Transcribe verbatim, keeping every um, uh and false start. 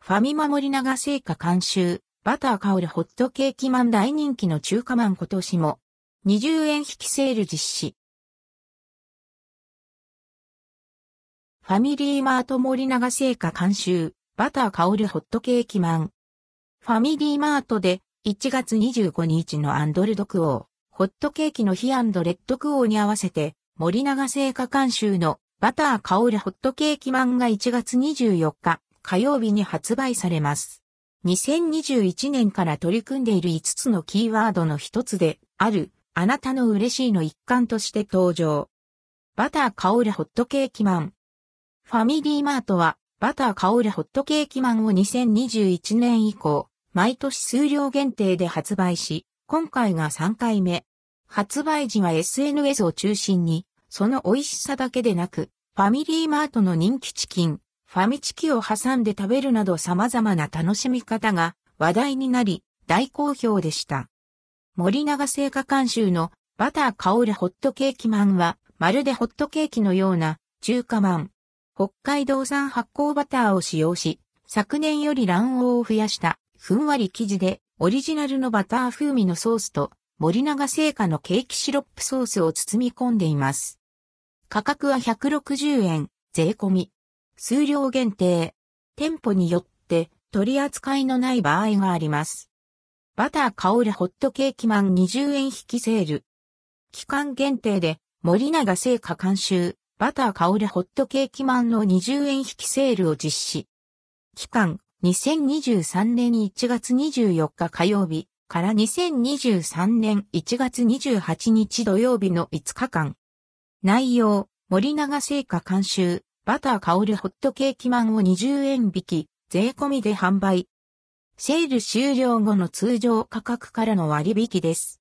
ファミマ森永製菓監修、バター香るホットケーキマン大人気の中華まん今年もにじゅうえん引きセール実施。ファミリーマート森永製菓監修、バター香るホットケーキマン。ファミリーマートでいちがつにじゅうごにちのアンドルドクオー、ホットケーキの日&レッドクオーに合わせて森永製菓監修のバター香るホットケーキマンがいちがつにじゅうよっか火曜日に発売されます。にせんにじゅういちねんから取り組んでいるいつつのキーワードの一つであるあなたの嬉しいの一環として登場。バター香るホットケーキマン。ファミリーマートはバター香るホットケーキマンをにせんにじゅういちねん以降毎年数量限定で発売し、今回がさんかいめ。発売時は エスエヌエス を中心にその美味しさだけでなくファミリーマートの人気チキン、ファミチキを挟んで食べるなど様々な楽しみ方が話題になり大好評でした。森永製菓監修のバター香るホットケーキマンはまるでホットケーキのような中華まん。北海道産発酵バターを使用し、昨年より卵黄を増やしたふんわり生地でオリジナルのバター風味のソースと森永製菓のケーキシロップソースを包み込んでいます。価格はひゃくろくじゅうえん、税込み。数量限定。店舗によって取り扱いのない場合があります。バター香るホットケーキマンにじゅうえん引きセール。期間限定で森永製菓監修バター香るホットケーキマンのにじゅうえん引きセールを実施。期間にせんにじゅうさんねんいちがつにじゅうよっか火曜日からにせんにじゅうさんねんいちがつにじゅうはちにち土曜日のいつかかん。内容、森永製菓監修バター香るホットケーキマンをにじゅうえん引き、税込みで販売。セール終了後の通常価格からの割引です。